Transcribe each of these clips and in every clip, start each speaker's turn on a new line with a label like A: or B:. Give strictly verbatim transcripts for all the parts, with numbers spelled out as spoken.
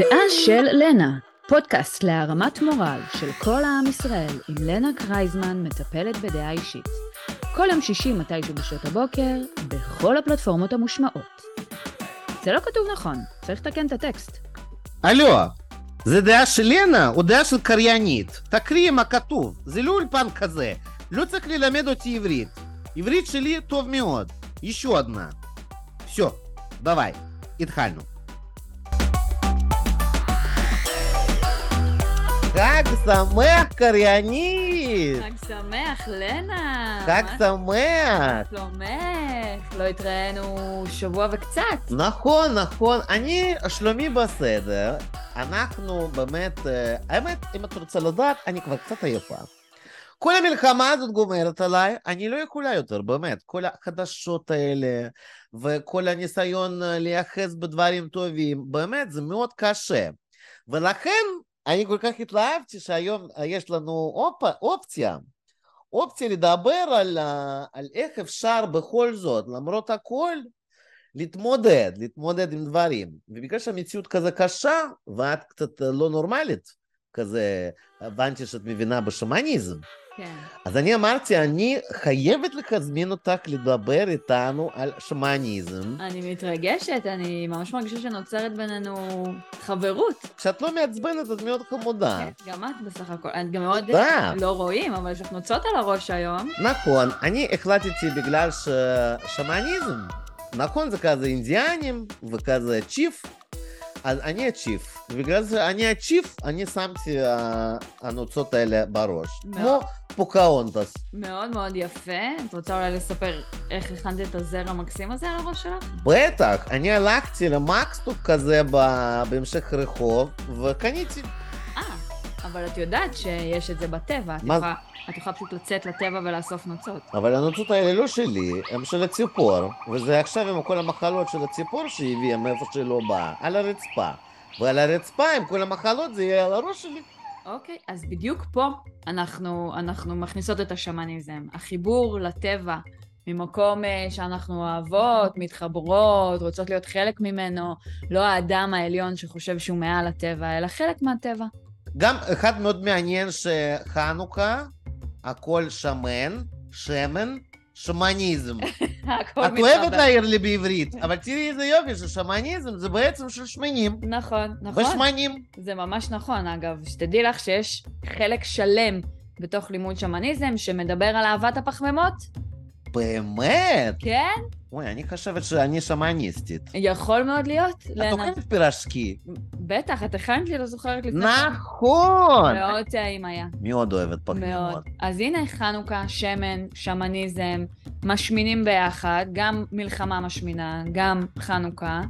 A: דעה של לנה, פודקאסט להרמת מורל של כל העם ישראל עם לנה קרייזמן, מטפלת בדעה אישית. כל יום שישי מתישהו בשעות הבוקר, בכל הפלטפורמות המושמעות. זה לא כתוב נכון, צריך לתקן את הטקסט.
B: אלו, זה דעה של לנה או דעה של קריינית? תקריאי מה כתוב, זה לא אולפן כזה. לא צריך ללמד אותי עברית. עברית שלי טוב מאוד. еще одна. все, давай, התחלנו. חג שמח קריינית!
A: חג שמח, לנה!
B: חג שמח!
A: שלומך, לא התראינו שבוע וקצת.
B: נכון, נכון, אני שלומי בסדר. אנחנו באמת, האמת, אם את רוצה לדעת, אני כבר קצת עייפה. כל המלחמה הזאת גומרת עליי, אני לא יכולה יותר, באמת, כל החדשות האלה, וכל הניסיון להיאחז בדברים טובים, באמת, זה מאוד קשה. ולכן, אני כל כך התלהבתי שהיום יש לנו אופ... אופציה, אופציה לדבר על, על איך אפשר בכל זאת, למרות הכל, להתמודד, להתמודד עם דברים. ובגלל שהמציאות כזה קשה, ואת קצת לא נורמלית, כזה, הבנתי שאת מבינה בשמאניזם.
A: כן.
B: אז אני אמרתי, אני חייבת להזמין אותך לדבר איתנו על שמאניזם.
A: אני מתרגשת, אני ממש מרגישה שנוצרת בינינו חברות.
B: כשאת לא מעצבנת, את מאוד חמודה.
A: כן, גם את בסך הכל. את גם מאוד
B: תודה.
A: לא רואים, אבל יש לך נוצות על הראש היום.
B: נכון, אני החלטתי בגלל ששמאניזם, נכון, זה כזה אינדיאנים וכזה צ'יף, אז אני הצ'יף, ובגלל זה אני הצ'יף, אני שמתי הנוצות האלה בראש, כמו פוקהונטס.
A: מאוד מאוד יפה. את רוצה אולי לספר איך הכנת את הזר המקסים הזה על הראש שלך?
B: בטח, אני הלכתי למקסטוק כזה בהמשך רחוב, וקניתי.
A: אה, אבל את יודעת שיש את זה בטבע, את יכולה, את יכולה פשוט לצאת לטבע ולאסוף נוצות.
B: אבל הנוצות האלה לא שלי, הם של הציפור, וזה עכשיו עם כל המחלות של הציפור שהביאה מאיפה שלא באה, על הרצפה. ועל הרצפה עם כל המחלות זה יהיה על הראש שלי.
A: אוקיי, אז בדיוק פה אנחנו, אנחנו מכניסות את השמאניזם. החיבור לטבע, ממקום שאנחנו אוהבות, מתחברות, רוצות להיות חלק ממנו, לא האדם העליון שחושב שהוא מעל הטבע, אלא חלק מהטבע.
B: גם אחד מאוד מעניין שחנוכה, הכל שמן, שמן, שמאניזם. את אוהבת להעיר לי בעברית, אבל תראי איזה יופי ששמאניזם זה בעצם של שמנים.
A: נכון, נכון.
B: ושמנים.
A: זה ממש נכון, אגב. שתדעי לך שיש חלק שלם בתוך לימוד שמאניזם שמדבר על אהבת הפחמימות.
B: באמת?
A: כן?
B: וואי, אני חושבת שאני שמאניסטית.
A: יכול מאוד להיות.
B: את אוכלת פירשקי?
A: בטח, את הכנת לי, לא זוכרת לפני.
B: נכון!
A: מאוד טעים היה.
B: מאוד אוהבת פחמימות.
A: מאוד. אז הנה חנוכה, שמן, שמאניזם, משמינים ביחד, גם מלחמה משמינה, גם חנוכה.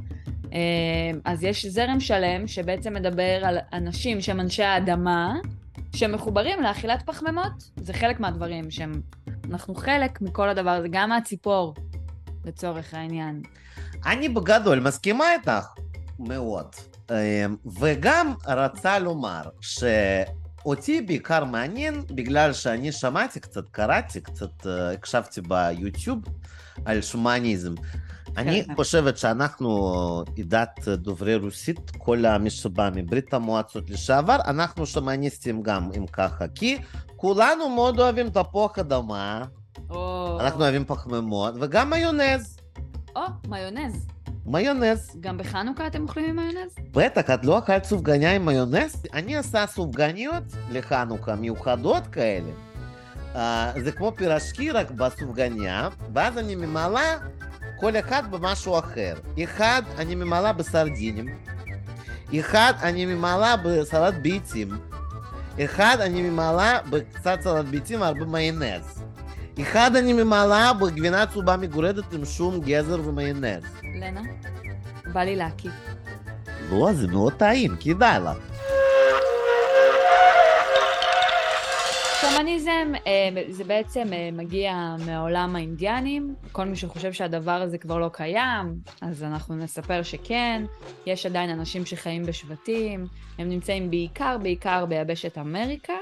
A: אז יש זרם שלם שבעצם מדבר על אנשים שהם אנשי האדמה, שמחוברים לאכילת פחמימות. זה חלק מהדברים שהם... אנחנו חלק מכל הדבר הזה, גם מהציפור, לצורך העניין.
B: אני בגדול מסכימה איתך מאוד. וגם רצה לומר שאותי בעיקר מעניין, בגלל שאני שמעתי קצת, קראתי קצת, הקשבתי ביוטיוב על שמאניזם. אני חושבת שאנחנו עדת דוברי רוסית, כל מי שבא מברית המועצות לשעבר, אנחנו שמאניסטים גם אם ככה, כי כולנו מאוד אוהבים תפוח אדמה, אנחנו אוהבים פחמימות, וגם מיונז.
A: או, מיונז.
B: מיונז.
A: גם בחנוכה אתם אוכלים עם מיונז?
B: בטח, את לא אכלת סופגניה עם מיונז? אני עושה סופגניות לחנוכה, מיוחדות כאלה. זה כמו פירשקי רק בסופגניה, ואז אני ממלא כל אחד במשהו אחר. אחד אני ממלא בסרדינים, אחד אני ממלא בסלט ביצים, אחד אני ממלא בקצת סלט ביצים הרבה מיונז. אחד אני ממלא בגבינה צהובה מגורדת עם שום, גזר ומיונז.
A: לנה, בא לי להקיא.
B: לא, זה מאוד טעים, כדאי לך.
A: שמאניזם זה בעצם מגיע מהעולם האינדיאנים. כל מי שחושב שהדבר הזה כבר לא קיים, אז אנחנו נספר שכן. יש עדיין אנשים שחיים בשבטים, הם נמצאים בעיקר, בעיקר ביבשת אמריקה.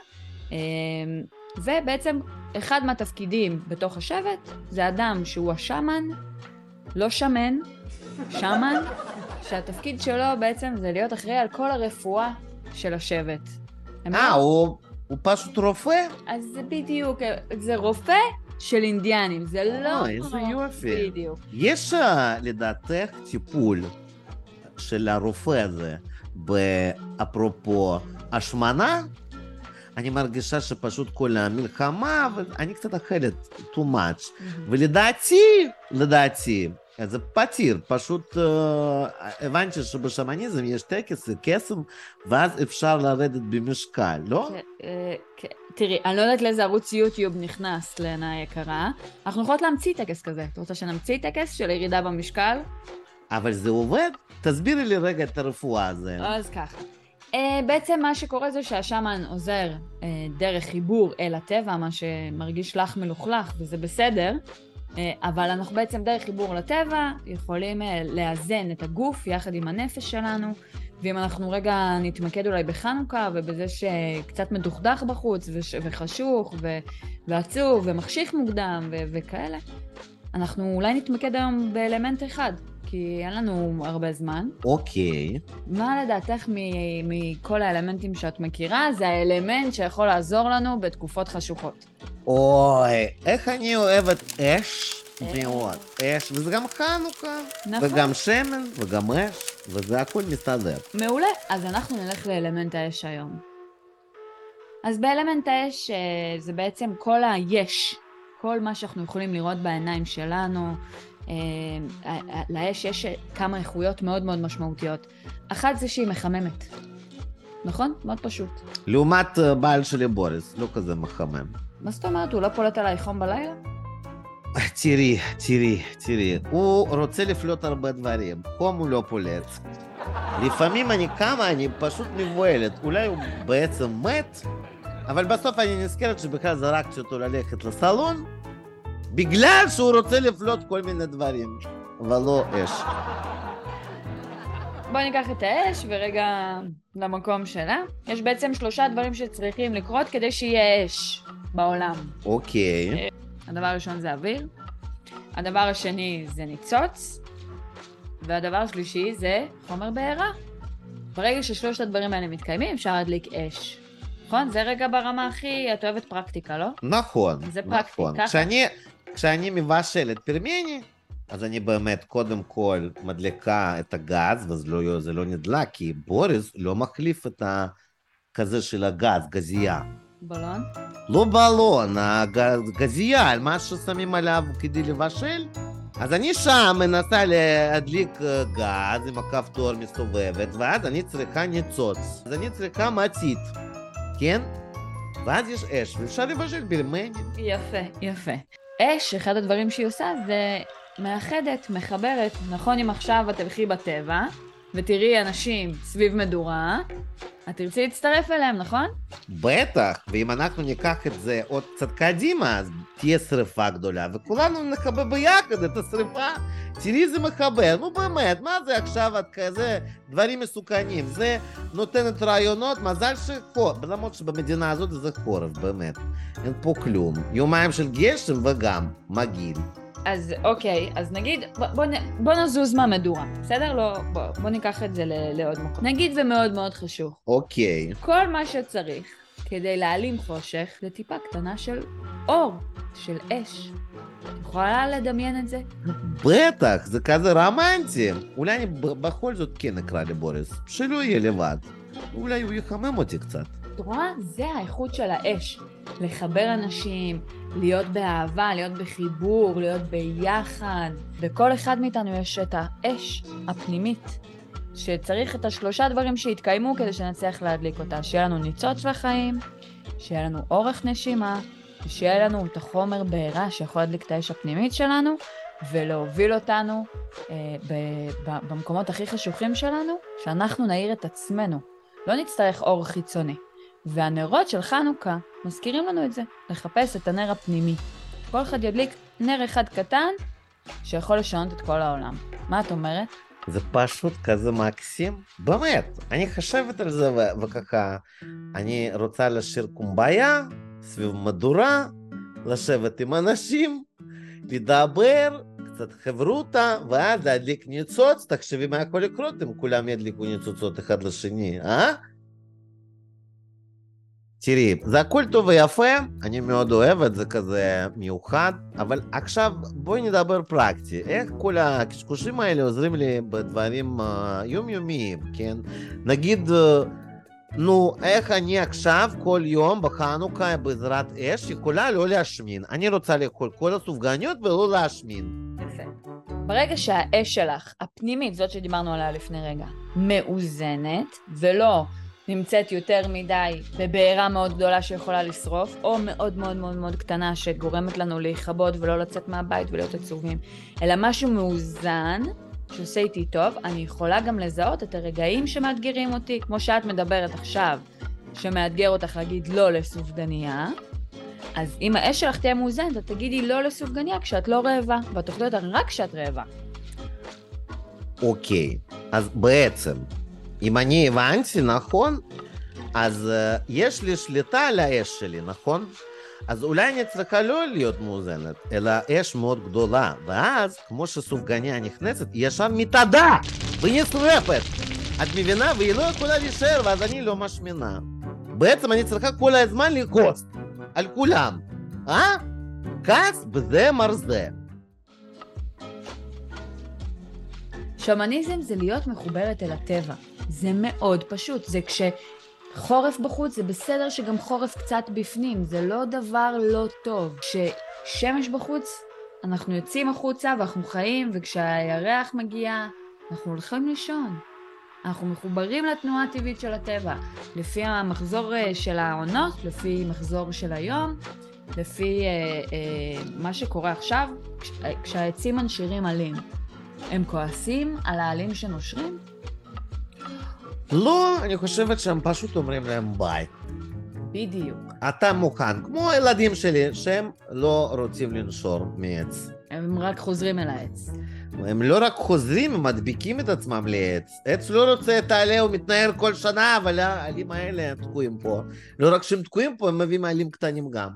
A: ובעצם אחד מהתפקידים בתוך השבט זה אדם שהוא השמן, לא שמן, שמן, שהתפקיד שלו בעצם זה להיות אחראי על כל הרפואה של השבט.
B: אה, הוא, הוא פשוט רופא?
A: אז זה בדיוק, זה רופא של אינדיאנים, זה לא...
B: אוי, איזה יופי.
A: בדיוק.
B: יש לדעתך טיפול של הרופא הזה, באפרופו השמנה? אני מרגישה שפשוט כל המלחמה, ואני קצת אכלת too much. ולדעתי, לדעתי, זה פתיר, פשוט הבנתי שבשמניזם יש טקס קסם, ואז אפשר לרדת במשקל, לא?
A: תראי, אני לא יודעת לאיזה ערוץ יוטיוב נכנס לעינה היקרה, אנחנו יכולות להמציא טקס כזה. אתה רוצה שנמציא טקס של ירידה במשקל?
B: אבל זה עובד? תסבירי לי רגע את הרפואה הזה.
A: אז ככה. Uh, בעצם מה שקורה זה שהשמן עוזר uh, דרך חיבור אל הטבע, מה שמרגיש לך מלוכלך, וזה בסדר, uh, אבל אנחנו בעצם דרך חיבור לטבע יכולים uh, לאזן את הגוף יחד עם הנפש שלנו, ואם אנחנו רגע נתמקד אולי בחנוכה ובזה שקצת מדוכדך בחוץ וש... וחשוך ו... ועצוב ומחשיך מוקדם ו... וכאלה, אנחנו אולי נתמקד היום באלמנט אחד. כי אין לנו הרבה זמן.
B: אוקיי.
A: מה לדעתך מ- מכל האלמנטים שאת מכירה, זה האלמנט שיכול לעזור לנו בתקופות חשוכות?
B: אוי, איך אני אוהבת אש מאוד. אש, וזה גם חנוכה.
A: נכון.
B: וגם שמן, וגם אש, וזה הכל מסתדר.
A: מעולה. אז אנחנו נלך לאלמנט האש היום. אז באלמנט האש זה בעצם כל היש. כל מה שאנחנו יכולים לראות בעיניים שלנו. לאש יש כמה איכויות מאוד מאוד משמעותיות. אחת זה שהיא מחממת. נכון? מאוד פשוט.
B: לעומת בעל שלי בוריס, לא כזה מחמם.
A: מה זאת אומרת? הוא לא פולט עליי חום בלילה?
B: תראי, תראי, תראי. הוא רוצה לפלוט הרבה דברים. חום הוא לא פולט. לפעמים אני קמה, אני פשוט מבוהלת. אולי הוא בעצם מת, אבל בסוף אני נזכרת שבכלל זרקתי אותו ללכת לסלון, בגלל שהוא רוצה לפלוט כל מיני דברים, ולא אש.
A: בואו ניקח את האש ורגע למקום שלה. יש בעצם שלושה דברים שצריכים לקרות כדי שיהיה אש בעולם.
B: אוקיי.
A: הדבר הראשון זה אוויר, הדבר השני זה ניצוץ, והדבר השלישי זה חומר בעירה. ברגע ששלושת הדברים האלה מתקיימים, אפשר להדליק אש. נכון? זה רגע ברמה הכי, את אוהבת פרקטיקה, לא?
B: נכון,
A: זה פרקטי,
B: נכון.
A: ככה.
B: כשאני, כשאני מבשלת פרמני, אז אני באמת קודם כל מדליקה את הגז, וזה לא, זה לא נדלק, כי בוריס לא מחליף את הכזה של הגז, גזייה.
A: בלון?
B: לא בלון, הגזייה, מה ששמים עליו כדי לבשל. אז אני שם מנסה להדליק גז עם הכפתור מסובבת, ואז אני צריכה ניצוץ. אז אני צריכה מצית, כן? ואז יש אש, ואפשר לבשל פרמני.
A: יפה, יפה. אש, אחד הדברים שהיא עושה זה מאחדת, מחברת. נכון, אם עכשיו את תלכי בטבע ותראי אנשים סביב מדורה, את תרצי להצטרף אליהם, נכון?
B: בטח, ואם אנחנו ניקח את זה עוד קצת קדימה, אז תהיה שריפה גדולה, וכולנו נחבר ביחד את השריפה. תראי זה מחבר, נו באמת, מה זה עכשיו את כזה דברים מסוכנים? זה נותנת רעיונות, מזל שחורף, למרות שבמדינה הזאת זה חורף, באמת. אין פה כלום. יומיים של גשם וגם מגעיל.
A: אז אוקיי, אז נגיד, בוא, בוא, בוא נזוז מהמדורה, בסדר? לא, בוא, בוא ניקח את זה ל, לעוד מקום. נגיד ומאוד מאוד חשוב.
B: אוקיי.
A: כל מה שצריך כדי להעלים חושך זה טיפה קטנה של אור, של אש. את יכולה לדמיין את זה?
B: בטח, זה כזה רומנטי. אולי אני בכל זאת כן אקרא לבוריס, שלא יהיה לבד. אולי הוא יחמם אותי קצת.
A: את רואה? זה האיכות של האש. לחבר אנשים, להיות באהבה, להיות בחיבור, להיות ביחד. בכל אחד מאיתנו יש את האש הפנימית, שצריך את השלושה דברים שהתקיימו כדי שנצליח להדליק אותה. שיהיה לנו ניצוץ לחיים, שיהיה לנו אורך נשימה, ושיהיה לנו את החומר בעירה שיכול להדליק את האש הפנימית שלנו, ולהוביל אותנו אה, ב- ב- במקומות הכי חשוכים שלנו, שאנחנו נאיר את עצמנו. לא נצטרך אור חיצוני. והנרות של חנוכה מזכירים לנו את זה, לחפש את הנר הפנימי. כל אחד ידליק נר אחד קטן שיכול לשנות את כל העולם. מה את אומרת?
B: זה פשוט כזה מקסים. באמת, אני חושבת על זה ו- וככה, אני רוצה לשיר קומביה סביב מדורה, לשבת עם אנשים, לדבר, קצת חברותה, ואז להדליק ניצוץ, תחשבי מה יכול לקרות אם כולם ידליקו ניצוצות אחד לשני, אה? תראי, זה הכל טוב ויפה, אני מאוד אוהב את זה כזה מיוחד, אבל עכשיו בואי נדבר פרקטי, איך כל הקשקושים האלה עוזרים לי בדברים יומיומיים, כן? נגיד, נו, איך אני עכשיו כל יום בחנוכה בעזרת אש יכולה לא להשמין? אני רוצה לאכול כל הסופגניות ולא להשמין.
A: יפה. ברגע שהאש שלך, הפנימית, זאת שדיברנו עליה לפני רגע, מאוזנת, ולא נמצאת יותר מדי בבעירה מאוד גדולה שיכולה לשרוף, או מאוד מאוד מאוד מאוד קטנה שגורמת לנו להיכבות ולא לצאת מהבית ולהיות עצובים, אלא משהו מאוזן שעושה איתי טוב, אני יכולה גם לזהות את הרגעים שמאתגרים אותי, כמו שאת מדברת עכשיו, שמאתגר אותך להגיד לא לסופגניה, אז אם האש שלך תהיה מאוזנת, את תגידי לא לסופגניה כשאת לא רעבה, ואת תאכלי אותה רק כשאת רעבה.
B: אוקיי, אז בעצם, אם אני הבנתי נכון, אז uh, יש לי שליטה על האש שלי, נכון? אז אולי אני צריכה לא להיות מאוזנת, אלא אש מאוד גדולה, ואז, כמו שסופגניה נכנסת, היא ישר מתאדה ונשרפת. את מבינה? והיא לא יכולה להישאר, ואז אני לא משמינה. בעצם אני צריכה כל הזמן לכעוס על כולם, אה? כעס בזה מרזה.
A: שמניזם זה להיות מחוברת אל הטבע. זה מאוד פשוט. זה כשחורף בחוץ, זה בסדר שגם חורף קצת בפנים. זה לא דבר לא טוב. כששמש בחוץ, אנחנו יוצאים החוצה ואנחנו חיים, וכשהירח מגיע, אנחנו הולכים לישון. אנחנו מחוברים לתנועה הטבעית של הטבע. לפי המחזור של העונות, לפי מחזור של היום, לפי אה, אה, מה שקורה עכשיו, כש, כשהעצים מנשירים עלים. הם כועסים על העלים שנושרים?
B: לא, אני חושבת שהם פשוט אומרים להם ביי.
A: בדיוק.
B: אתה מוכן, כמו הילדים שלי, שהם לא רוצים לנשור מעץ.
A: הם רק חוזרים אל העץ.
B: הם לא רק חוזרים, הם מדביקים את עצמם לעץ. עץ לא רוצה את העלה, הוא מתנער כל שנה, אבל העלים האלה תקועים פה. לא רק שהם תקועים פה, הם מביאים עלים קטנים גם.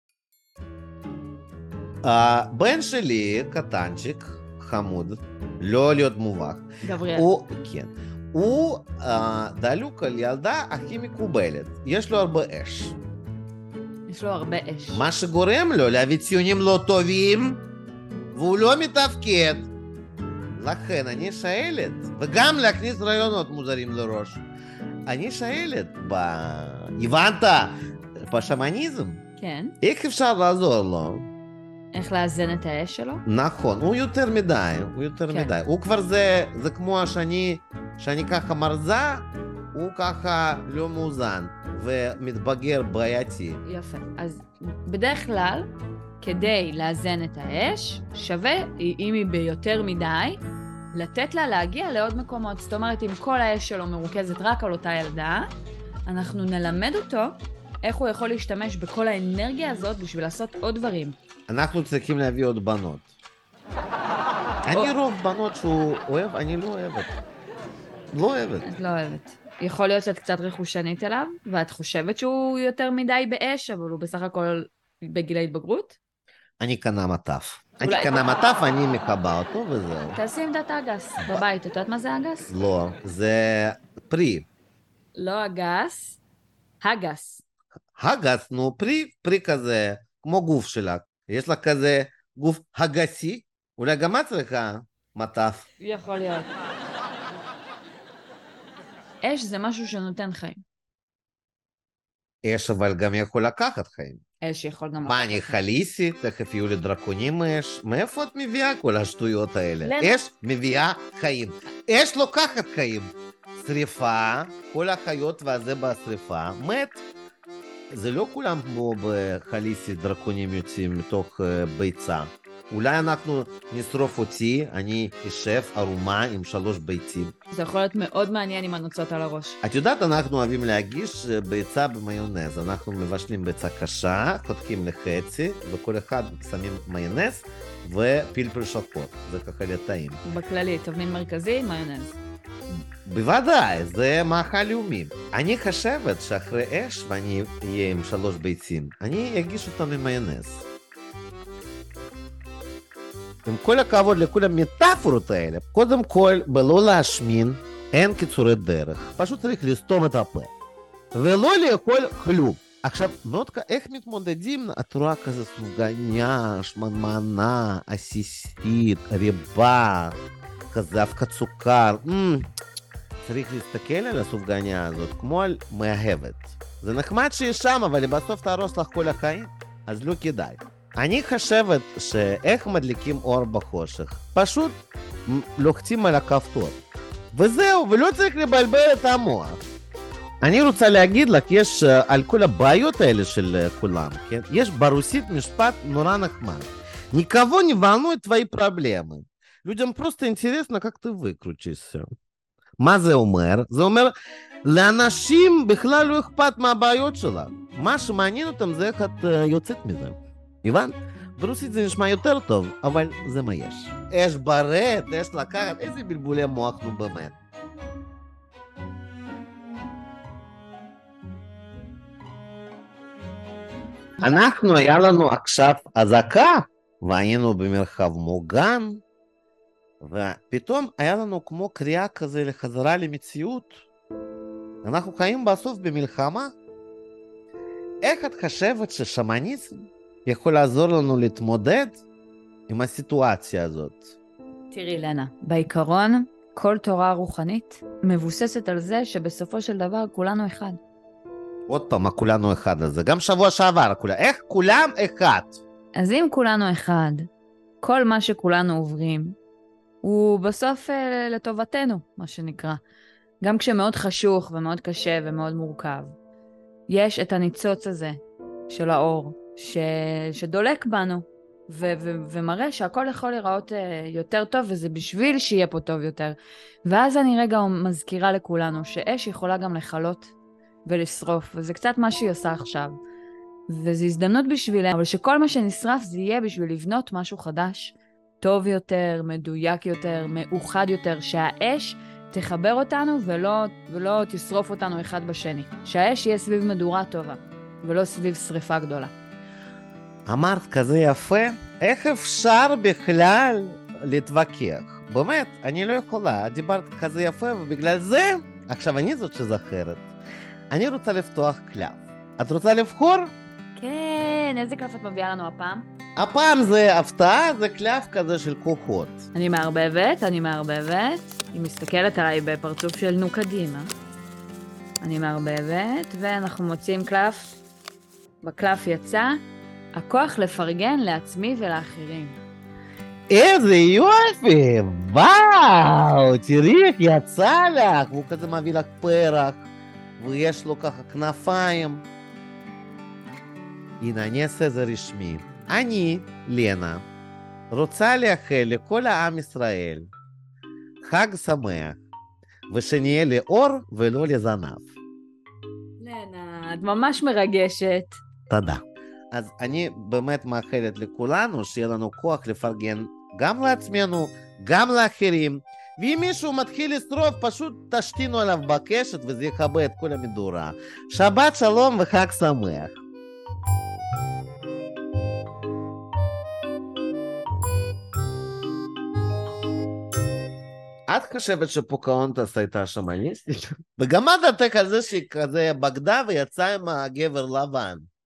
B: הבן שלי, קטנצ'יק, חמוד, לא להיות מובך.
A: גבריאל.
B: הוא, כן. הוא uh, דלוק על ילדה הכי מקובלת. יש לו הרבה אש.
A: יש לו הרבה אש.
B: מה שגורם לו להביא ציונים לא טובים, והוא לא מתפקד. לכן אני שואלת, וגם להכניס רעיונות מוזרים לראש. אני שואלת, ב... הבנת? בשמניזם?
A: כן.
B: איך אפשר לעזור לו?
A: איך לאזן את האש שלו?
B: נכון, הוא יותר מדי, הוא יותר
A: כן.
B: מדי. הוא כבר זה, זה כמו שאני, שאני ככה מרזה, הוא ככה לא מאוזן ומתבגר בעייתי.
A: יפה. אז בדרך כלל, כדי לאזן את האש, שווה, אם היא ביותר מדי, לתת לה להגיע לעוד מקומות. זאת אומרת, אם כל האש שלו מרוכזת רק על אותה ילדה, אנחנו נלמד אותו איך הוא יכול להשתמש בכל האנרגיה הזאת בשביל לעשות עוד דברים.
B: אנחנו צריכים להביא עוד בנות. אני רוב בנות שהוא אוהב, אני לא אוהבת. לא אוהבת.
A: את לא אוהבת. יכול להיות שאת קצת רכושנית אליו, ואת חושבת שהוא יותר מדי באש, אבל הוא בסך הכל בגיל ההתבגרות?
B: אני קנה מטף. אני קנה מטף, אני מקבע אותו וזהו.
A: תעשי עמדת אגס בבית. את יודעת מה זה אגס?
B: לא, זה פרי.
A: לא אגס, הגס.
B: הגס, נו, פרי, פרי כזה, כמו גוף שלה. יש לה כזה גוף הגסי, אולי גם את צריכה מטף.
A: יכול להיות. אש זה משהו שנותן חיים.
B: אש אבל גם יכול לקחת חיים.
A: אש יכול גם...
B: מה, אני חליסי? תכף יהיו לי דרקונים אש. מאיפה את מביאה כל השטויות האלה?
A: למה?
B: אש מביאה חיים. אש לוקחת חיים. שריפה, כל החיות והזה בשריפה, מת. זה לא כולם כמו בחליסי דרקונים יוצאים מתוך ביצה. אולי אנחנו נשרוף אותי, אני אשב ערומה עם שלוש ביצים.
A: זה יכול להיות מאוד מעניין עם הנוצות על הראש.
B: את יודעת, אנחנו אוהבים להגיש ביצה במיונז. אנחנו מבשלים ביצה קשה, חותכים לחצי, וכל אחד שמים מיונז ופלפל שחור. זה ככה לטעים.
A: בכללי, תבנין מרכזי, מיונז.
B: בוודאי, זה מאכל לאומי. אני חושבת שאחרי אש, ואני אהיה עם שלוש ביצים, אני אגיש אותם עם מיונז. עם כל הכבוד לכל המטאפורות האלה, קודם כל, בלא להשמין, אין קיצורי דרך. פשוט צריך לסתום את הפה. ולא לאכול כלום. עכשיו, מאוד, איך מתמודדים? את רואה כזה סופגניה, שמנמנה, עסיסית, ריבה, כזה אבקת סוכר. Mm, צריך להסתכל על הסופגניה הזאת כמו על מאהבת. זה נחמד שהיא שם, אבל בסוף תהרוס לך כל החיים, אז לא כדאי. אני חושבת שאיך מדליקים אור בחושך, פשוט לוחצים על הכפתור. וזהו, ולא צריך לבלבל את המוח. אני רוצה להגיד לך, יש על כל הבעיות האלה של כולם, כן? יש ברוסית משפט נורא נחמד. Никого не волнует твои проблемы. Людям просто интересно, как ты выкрутишься. מה זה אומר? זה אומר, לאנשים בכלל לא אכפת מהבעיות שלה. מה שמעניין אותם זה איך את יוצאת מזה. הבנת? ברוסית זה נשמע יותר טוב, אבל זה מה יש. אש ברט, אש לקחת, איזה בלבולי מוח נו באמת. אנחנו, היה לנו עכשיו אזעקה, והיינו במרחב מוגן, ופתאום היה לנו כמו קריאה כזה לחזרה למציאות. אנחנו חיים בסוף במלחמה. איך את חושבת ששמניזם יכול לעזור לנו להתמודד עם הסיטואציה הזאת?
A: תראי, לנה, בעיקרון, כל תורה רוחנית מבוססת על זה שבסופו של דבר כולנו אחד.
B: עוד פעם, כולנו אחד הזה. גם שבוע שעבר, כולם. איך כולם אחד?
A: אז אם כולנו אחד, כל מה שכולנו עוברים, הוא בסוף אה, לטובתנו, מה שנקרא. גם כשמאוד חשוך ומאוד קשה ומאוד מורכב, יש את הניצוץ הזה של האור, ש... שדולק בנו, ו- ו- ומראה שהכל יכול להיראות uh, יותר טוב, וזה בשביל שיהיה פה טוב יותר. ואז אני רגע מזכירה לכולנו שאש יכולה גם לחלות ולשרוף, וזה קצת מה שהיא עושה עכשיו. וזו הזדמנות בשבילנו, אבל שכל מה שנשרף זה יהיה בשביל לבנות משהו חדש, טוב יותר, מדויק יותר, מאוחד יותר, שהאש תחבר אותנו ולא, ולא תשרוף אותנו אחד בשני. שהאש יהיה סביב מדורה טובה, ולא סביב שריפה גדולה.
B: אמרת כזה יפה, איך אפשר בכלל להתווכח? באמת, אני לא יכולה, דיברת כזה יפה, ובגלל זה, עכשיו אני זאת שזכרת. אני רוצה לפתוח קלף. את רוצה לבחור?
A: כן, איזה קלף את מביאה לנו הפעם?
B: הפעם זה הפתעה, זה קלף כזה של כוחות.
A: אני מערבבת, אני מערבבת. היא מסתכלת עליי בפרצוף של נו קדימה. אני מערבבת, ואנחנו מוצאים קלף. בקלף יצא, הכוח לפרגן לעצמי ולאחרים.
B: איזה יופי! וואו! תראי איך יצא לך! והוא כזה מביא לך פרח, ויש לו ככה כנפיים. הנה, אני אעשה זה רשמי. אני, לנה, רוצה לאחל לכל העם ישראל חג שמח, ושנהיה לאור ולא לזנב.
A: לנה, את ממש מרגשת.
B: תודה. אז אני באמת מאחלת לכולנו שיהיה לנו כוח לפרגן גם לעצמנו, גם לאחרים, ואם מישהו מתחיל לשרוף, פשוט תשתינו עליו בקשת וזה יכבה את כל המדורה. שבת שלום וחג שמח. את חושבת שפוקהונטס הייתה שמניסטית? וגם מה דעתך על זה שהיא כזה בגדה ויצאה עם הגבר לבן?